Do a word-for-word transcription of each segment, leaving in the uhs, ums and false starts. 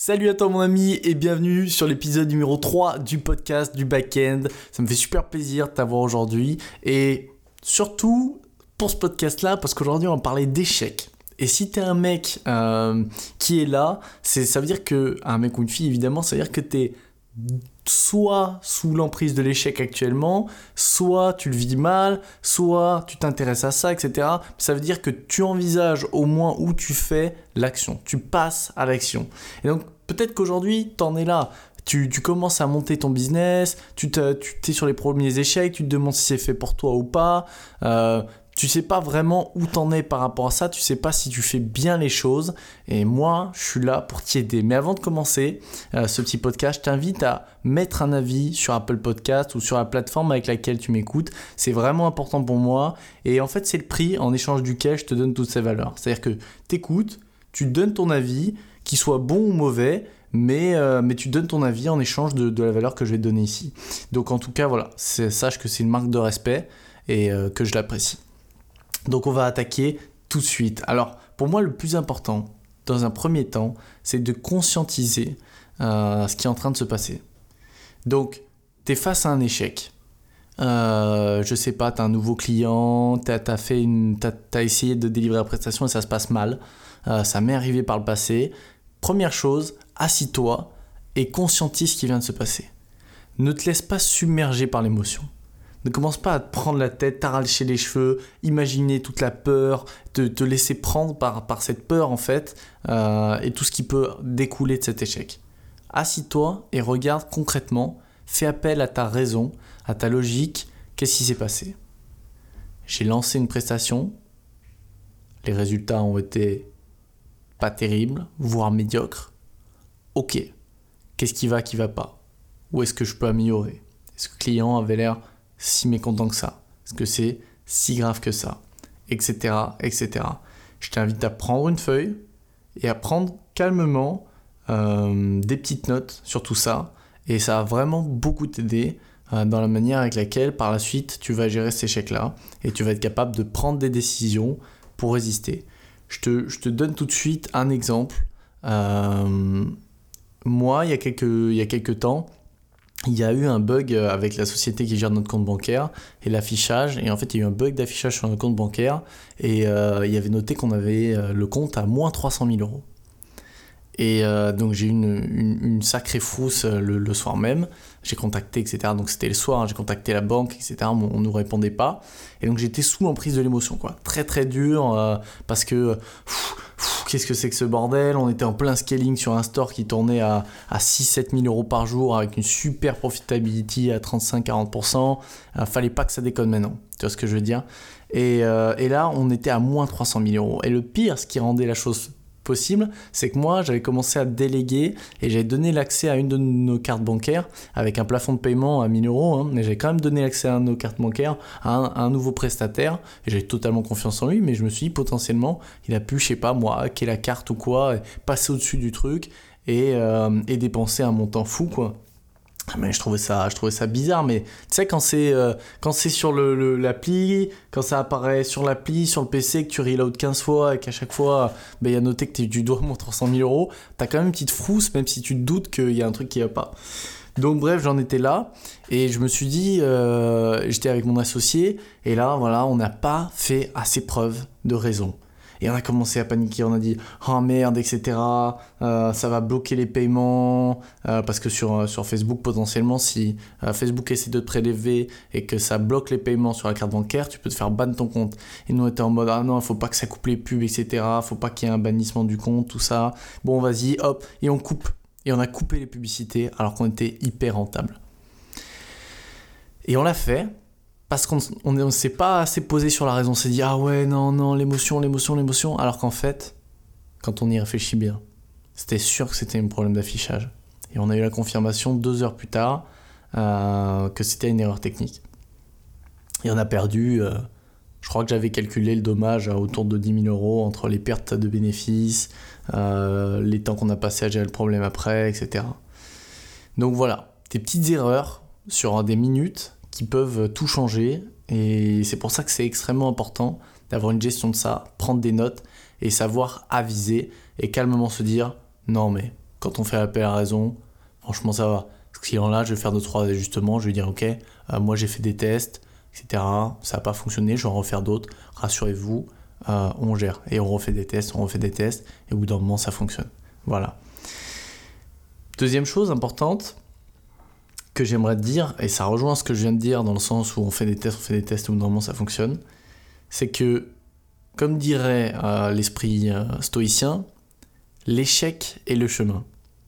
Salut à toi mon ami et bienvenue sur l'épisode numéro trois du podcast du Back-end. Ça me fait super plaisir de t'avoir aujourd'hui et surtout pour ce podcast là parce qu'aujourd'hui on va parler d'échecs. Et si t'es un mec euh, qui est là, c'est, ça veut dire que, un mec ou une fille évidemment, ça veut dire que t'es soit sous l'emprise de l'échec actuellement, soit tu le vis mal, soit tu t'intéresses à ça, et cetera. Ça veut dire que tu envisages au moins où tu fais l'action, tu passes à l'action. Et donc peut-être qu'aujourd'hui, t'en es là. Tu, tu commences à monter ton business, tu, te, tu es sur les premiers échecs, tu te demandes si c'est fait pour toi ou pas. Euh, tu sais pas vraiment où t'en es par rapport à ça, tu sais pas si tu fais bien les choses. Et moi, je suis là pour t'y aider. Mais avant de commencer euh, ce petit podcast, je t'invite à mettre un avis sur Apple Podcast ou sur la plateforme avec laquelle tu m'écoutes. C'est vraiment important pour moi. Et en fait, c'est le prix en échange duquel je te donne toutes ces valeurs. C'est-à-dire que t'écoutes, tu donnes ton avis, qu'il soit bon ou mauvais, mais, euh, mais tu donnes ton avis en échange de, de la valeur que je vais te donner ici. Donc en tout cas, voilà, c'est, sache que c'est une marque de respect et euh, que je l'apprécie. Donc on va attaquer tout de suite. Alors pour moi le plus important dans un premier temps c'est de conscientiser euh, ce qui est en train de se passer. Donc tu es face à un échec. Euh, je sais pas, tu as un nouveau client, tu as fait une, t'as, t'as essayé de délivrer la prestation et ça se passe mal. Euh, ça m'est arrivé par le passé. Première chose, assis-toi et conscientise ce qui vient de se passer. Ne te laisse pas submerger par l'émotion. Ne commence pas à te prendre la tête, t'arracher les cheveux, imaginer toute la peur, te, te laisser prendre par, par cette peur en fait, euh, et tout ce qui peut découler de cet échec. Assis-toi et regarde concrètement, fais appel à ta raison, à ta logique, qu'est-ce qui s'est passé ? J'ai lancé une prestation, les résultats ont été pas terribles, voire médiocres. Ok, qu'est-ce qui va, qui va pas ? Où est-ce que je peux améliorer ? Est-ce que le client avait l'air si mécontent que ça? Est-ce que c'est si grave que ça? Etc, et cetera. Je t'invite à prendre une feuille et à prendre calmement euh, des petites notes sur tout ça. Et ça va vraiment beaucoup t'aider euh, dans la manière avec laquelle, par la suite, tu vas gérer cet échec-là. Et tu vas être capable de prendre des décisions pour résister. Je te, je te donne tout de suite un exemple. Euh, moi, il y a quelques, il y a quelques temps, il y a eu un bug avec la société qui gère notre compte bancaire et l'affichage. Et en fait, il y a eu un bug d'affichage sur notre compte bancaire et euh, il y avait noté qu'on avait le compte à moins trois cent mille euros. Et euh, donc, j'ai eu une, une, une sacrée frousse le, le soir même. J'ai contacté, et cetera. Donc, c'était le soir, hein, j'ai contacté la banque, et cetera. On ne nous répondait pas. Et donc, j'étais sous l'emprise de l'émotion, quoi. Très, très dur euh, parce que... Pff, pff, qu'est-ce que c'est que ce bordel ? On était en plein scaling sur un store qui tournait à, à six à sept mille euros par jour avec une super profitability à trente-cinq à quarante pour cent. Euh, fallait pas que ça déconne maintenant. Tu vois ce que je veux dire ? et, euh, et là, on était à moins trois cent mille euros. Et le pire, ce qui rendait la chose possible, c'est que moi, j'avais commencé à déléguer et j'avais donné l'accès à une de nos cartes bancaires avec un plafond de paiement à mille euros. Hein, mais j'avais quand même donné l'accès à une de nos cartes bancaires à un, à un nouveau prestataire et j'avais totalement confiance en lui, mais je me suis dit potentiellement, il a pu, je sais pas moi, hacker la carte ou quoi, passer au-dessus du truc et, euh, et dépenser un montant fou, quoi. Mais je trouvais ça, je trouvais ça bizarre, mais tu sais, quand c'est, euh, quand c'est sur le, le, l'appli, quand ça apparaît sur l'appli, sur le P C, que tu reload quinze fois et qu'à chaque fois, ben, y a noté que tu dois moins trois cent mille euros, t'as quand même une petite frousse, même si tu te doutes qu'il y a un truc qui va pas. Donc bref, j'en étais là, et je me suis dit, euh, j'étais avec mon associé, et là, voilà, on n'a pas fait assez preuve de raison. Et on a commencé à paniquer, on a dit « Oh merde, et cetera. Euh, ça va bloquer les paiements. Euh, » Parce que sur, sur Facebook, potentiellement, si euh, Facebook essaie de te prélever et que ça bloque les paiements sur la carte bancaire, tu peux te faire ban ton compte. Et nous, on était en mode « Ah non, il ne faut pas que ça coupe les pubs, et cetera. Il ne faut pas qu'il y ait un bannissement du compte, tout ça. Bon, vas-y, hop. » Et on coupe. Et on a coupé les publicités alors qu'on était hyper rentable. Et on l'a fait. Parce qu'on ne s'est pas assez posé sur la raison, on s'est dit « Ah ouais, non, non, l'émotion, l'émotion, l'émotion », alors qu'en fait, quand on y réfléchit bien, c'était sûr que c'était un problème d'affichage. Et on a eu la confirmation deux heures plus tard euh, que c'était une erreur technique. Et on a perdu, euh, je crois que j'avais calculé le dommage à autour de dix mille euros entre les pertes de bénéfices, euh, les temps qu'on a passé à gérer le problème après, et cetera. Donc voilà, des petites erreurs sur des minutes qui peuvent tout changer et c'est pour ça que c'est extrêmement important d'avoir une gestion de ça, prendre des notes et savoir aviser et calmement se dire non mais quand on fait appel à la raison, franchement ça va. Ce client-là, je vais faire deux, trois ajustements, je vais dire ok, euh, moi j'ai fait des tests, et cetera. Ça n'a pas fonctionné, je vais en refaire d'autres. Rassurez-vous, euh, on gère. Et on refait des tests, on refait des tests, et au bout d'un moment, ça fonctionne. Voilà. Deuxième chose importante que j'aimerais te dire, et ça rejoint ce que je viens de dire dans le sens où on fait des tests, on fait des tests, et au bout d'un moment, ça fonctionne, c'est que, comme dirait euh, l'esprit euh, stoïcien, l'échec est le chemin.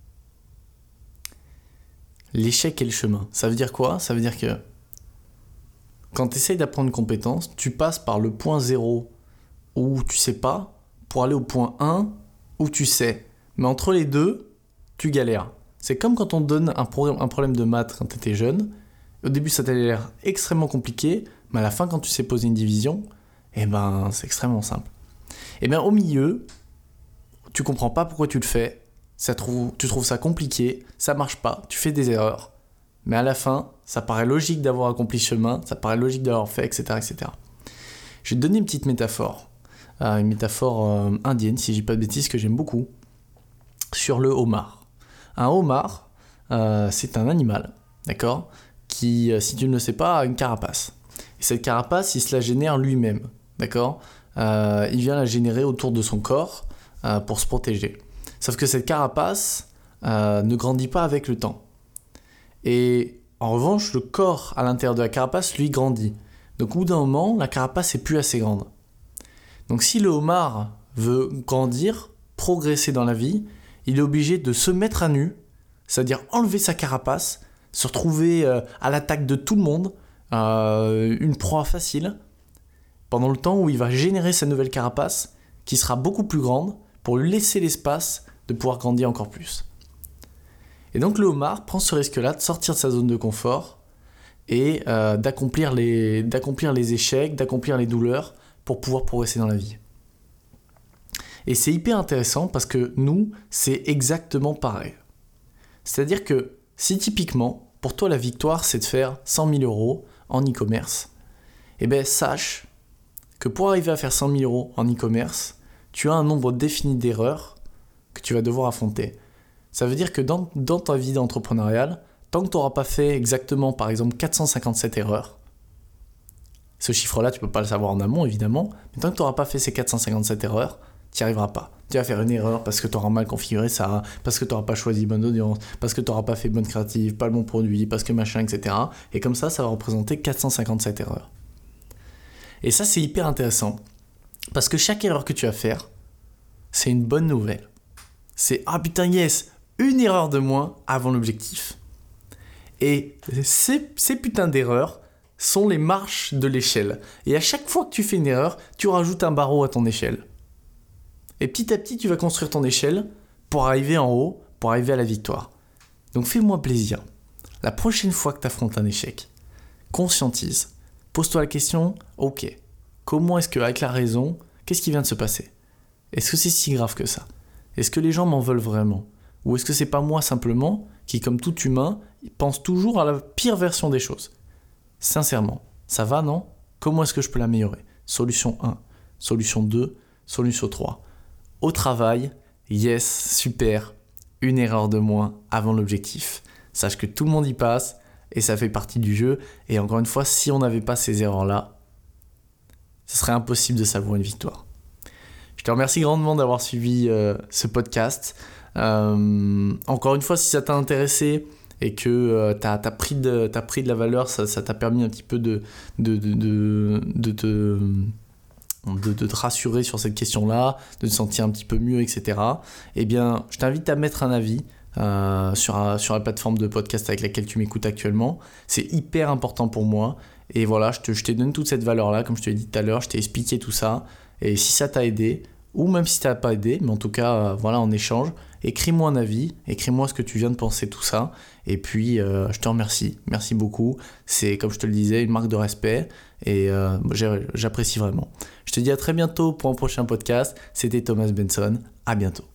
L'échec est le chemin. Ça veut dire quoi ? Ça veut dire que quand tu essayes d'apprendre une compétence, tu passes par le point zéro où tu sais pas pour aller au point un où tu sais. Mais entre les deux, tu galères. C'est comme quand on te donne un, pro- un problème de maths quand tu étais jeune. Au début, ça t'a l'air extrêmement compliqué, mais à la fin, quand tu sais poser une division, eh ben, c'est extrêmement simple. Et bien, au milieu, tu comprends pas pourquoi tu le fais. Ça trouve, tu trouves ça compliqué, ça marche pas, tu fais des erreurs, mais à la fin, ça paraît logique d'avoir accompli ce chemin, ça paraît logique d'avoir fait, et cetera, et cetera. Je vais te donner une petite métaphore, euh, une métaphore euh, indienne, si je dis pas de bêtises, que j'aime beaucoup, sur le homard. Un homard, euh, c'est un animal, d'accord, qui, euh, si tu ne le sais pas, a une carapace. Et cette carapace, il se la génère lui-même, d'accord. Euh, il vient la générer autour de son corps euh, pour se protéger. Sauf que cette carapace euh, ne grandit pas avec le temps. Et en revanche, le corps à l'intérieur de la carapace, lui, grandit. Donc au bout d'un moment, la carapace n'est plus assez grande. Donc si le homard veut grandir, progresser dans la vie, il est obligé de se mettre à nu, c'est-à-dire enlever sa carapace, se retrouver euh, à l'attaque de tout le monde, euh, une proie facile, pendant le temps où il va générer sa nouvelle carapace, qui sera beaucoup plus grande, pour lui laisser l'espace de pouvoir grandir encore plus. Et donc le homard prend ce risque-là de sortir de sa zone de confort et euh, d'accomplir les, d'accomplir les échecs, d'accomplir les douleurs pour pouvoir progresser dans la vie. Et c'est hyper intéressant parce que nous, c'est exactement pareil. C'est-à-dire que si typiquement, pour toi la victoire, c'est de faire cent mille euros en e-commerce, eh bien sache que pour arriver à faire cent mille euros en e-commerce, tu as un nombre défini d'erreurs que tu vas devoir affronter. Ça veut dire que dans, dans ta vie d'entrepreneuriale, tant que tu n'auras pas fait exactement, par exemple, quatre cent cinquante-sept erreurs, ce chiffre-là, tu ne peux pas le savoir en amont, évidemment, mais tant que tu n'auras pas fait ces quatre cent cinquante-sept erreurs, tu n'y arriveras pas. Tu vas faire une erreur parce que tu auras mal configuré ça, parce que tu n'auras pas choisi bonne audience, parce que tu n'auras pas fait bonne créative, pas le bon produit, parce que machin, et cetera. Et comme ça, ça va représenter quatre cent cinquante-sept erreurs. Et ça, c'est hyper intéressant, parce que chaque erreur que tu vas faire, c'est une bonne nouvelle. C'est « Ah putain, yes !» Une erreur de moins avant l'objectif. Et ces, ces putains d'erreurs sont les marches de l'échelle. Et à chaque fois que tu fais une erreur, tu rajoutes un barreau à ton échelle. Et petit à petit, tu vas construire ton échelle pour arriver en haut, pour arriver à la victoire. Donc fais-moi plaisir. La prochaine fois que tu affrontes un échec, conscientise. Pose-toi la question, ok, comment est-ce qu'avec la raison, qu'est-ce qui vient de se passer ? Est-ce que c'est si grave que ça ? Est-ce que les gens m'en veulent vraiment ? Ou est-ce que c'est pas moi simplement qui, comme tout humain, pense toujours à la pire version des choses ? Sincèrement, ça va, non ? Comment est-ce que je peux l'améliorer ? Solution un, solution deux, solution trois. Au travail, yes, super, une erreur de moins avant l'objectif. Sache que tout le monde y passe et ça fait partie du jeu. Et encore une fois, si on n'avait pas ces erreurs-là, ce serait impossible de savourer une victoire. Je te remercie grandement d'avoir suivi euh, ce podcast. Euh, encore une fois, si ça t'a intéressé et que euh, t'as, t'as, pris de, t'as pris de la valeur, ça, ça t'a permis un petit peu de, de, de, de, de, de, de, de te rassurer sur cette question-là, de te sentir un petit peu mieux, et cetera. Eh bien, je t'invite à mettre un avis euh, sur, sur la plateforme de podcast avec laquelle tu m'écoutes actuellement. C'est hyper important pour moi. Et voilà, je te, je te donne toute cette valeur-là, comme je te l'ai dit tout à l'heure, je t'ai expliqué tout ça. Et si ça t'a aidé, ou même si ça t'a pas aidé, mais en tout cas, euh, voilà, en échange, écris-moi un avis, écris-moi ce que tu viens de penser, tout ça. Et puis, euh, je te remercie. Merci beaucoup. C'est, comme je te le disais, une marque de respect et euh, j'apprécie vraiment. Je te dis à très bientôt pour un prochain podcast. C'était Thomas Benson. À bientôt.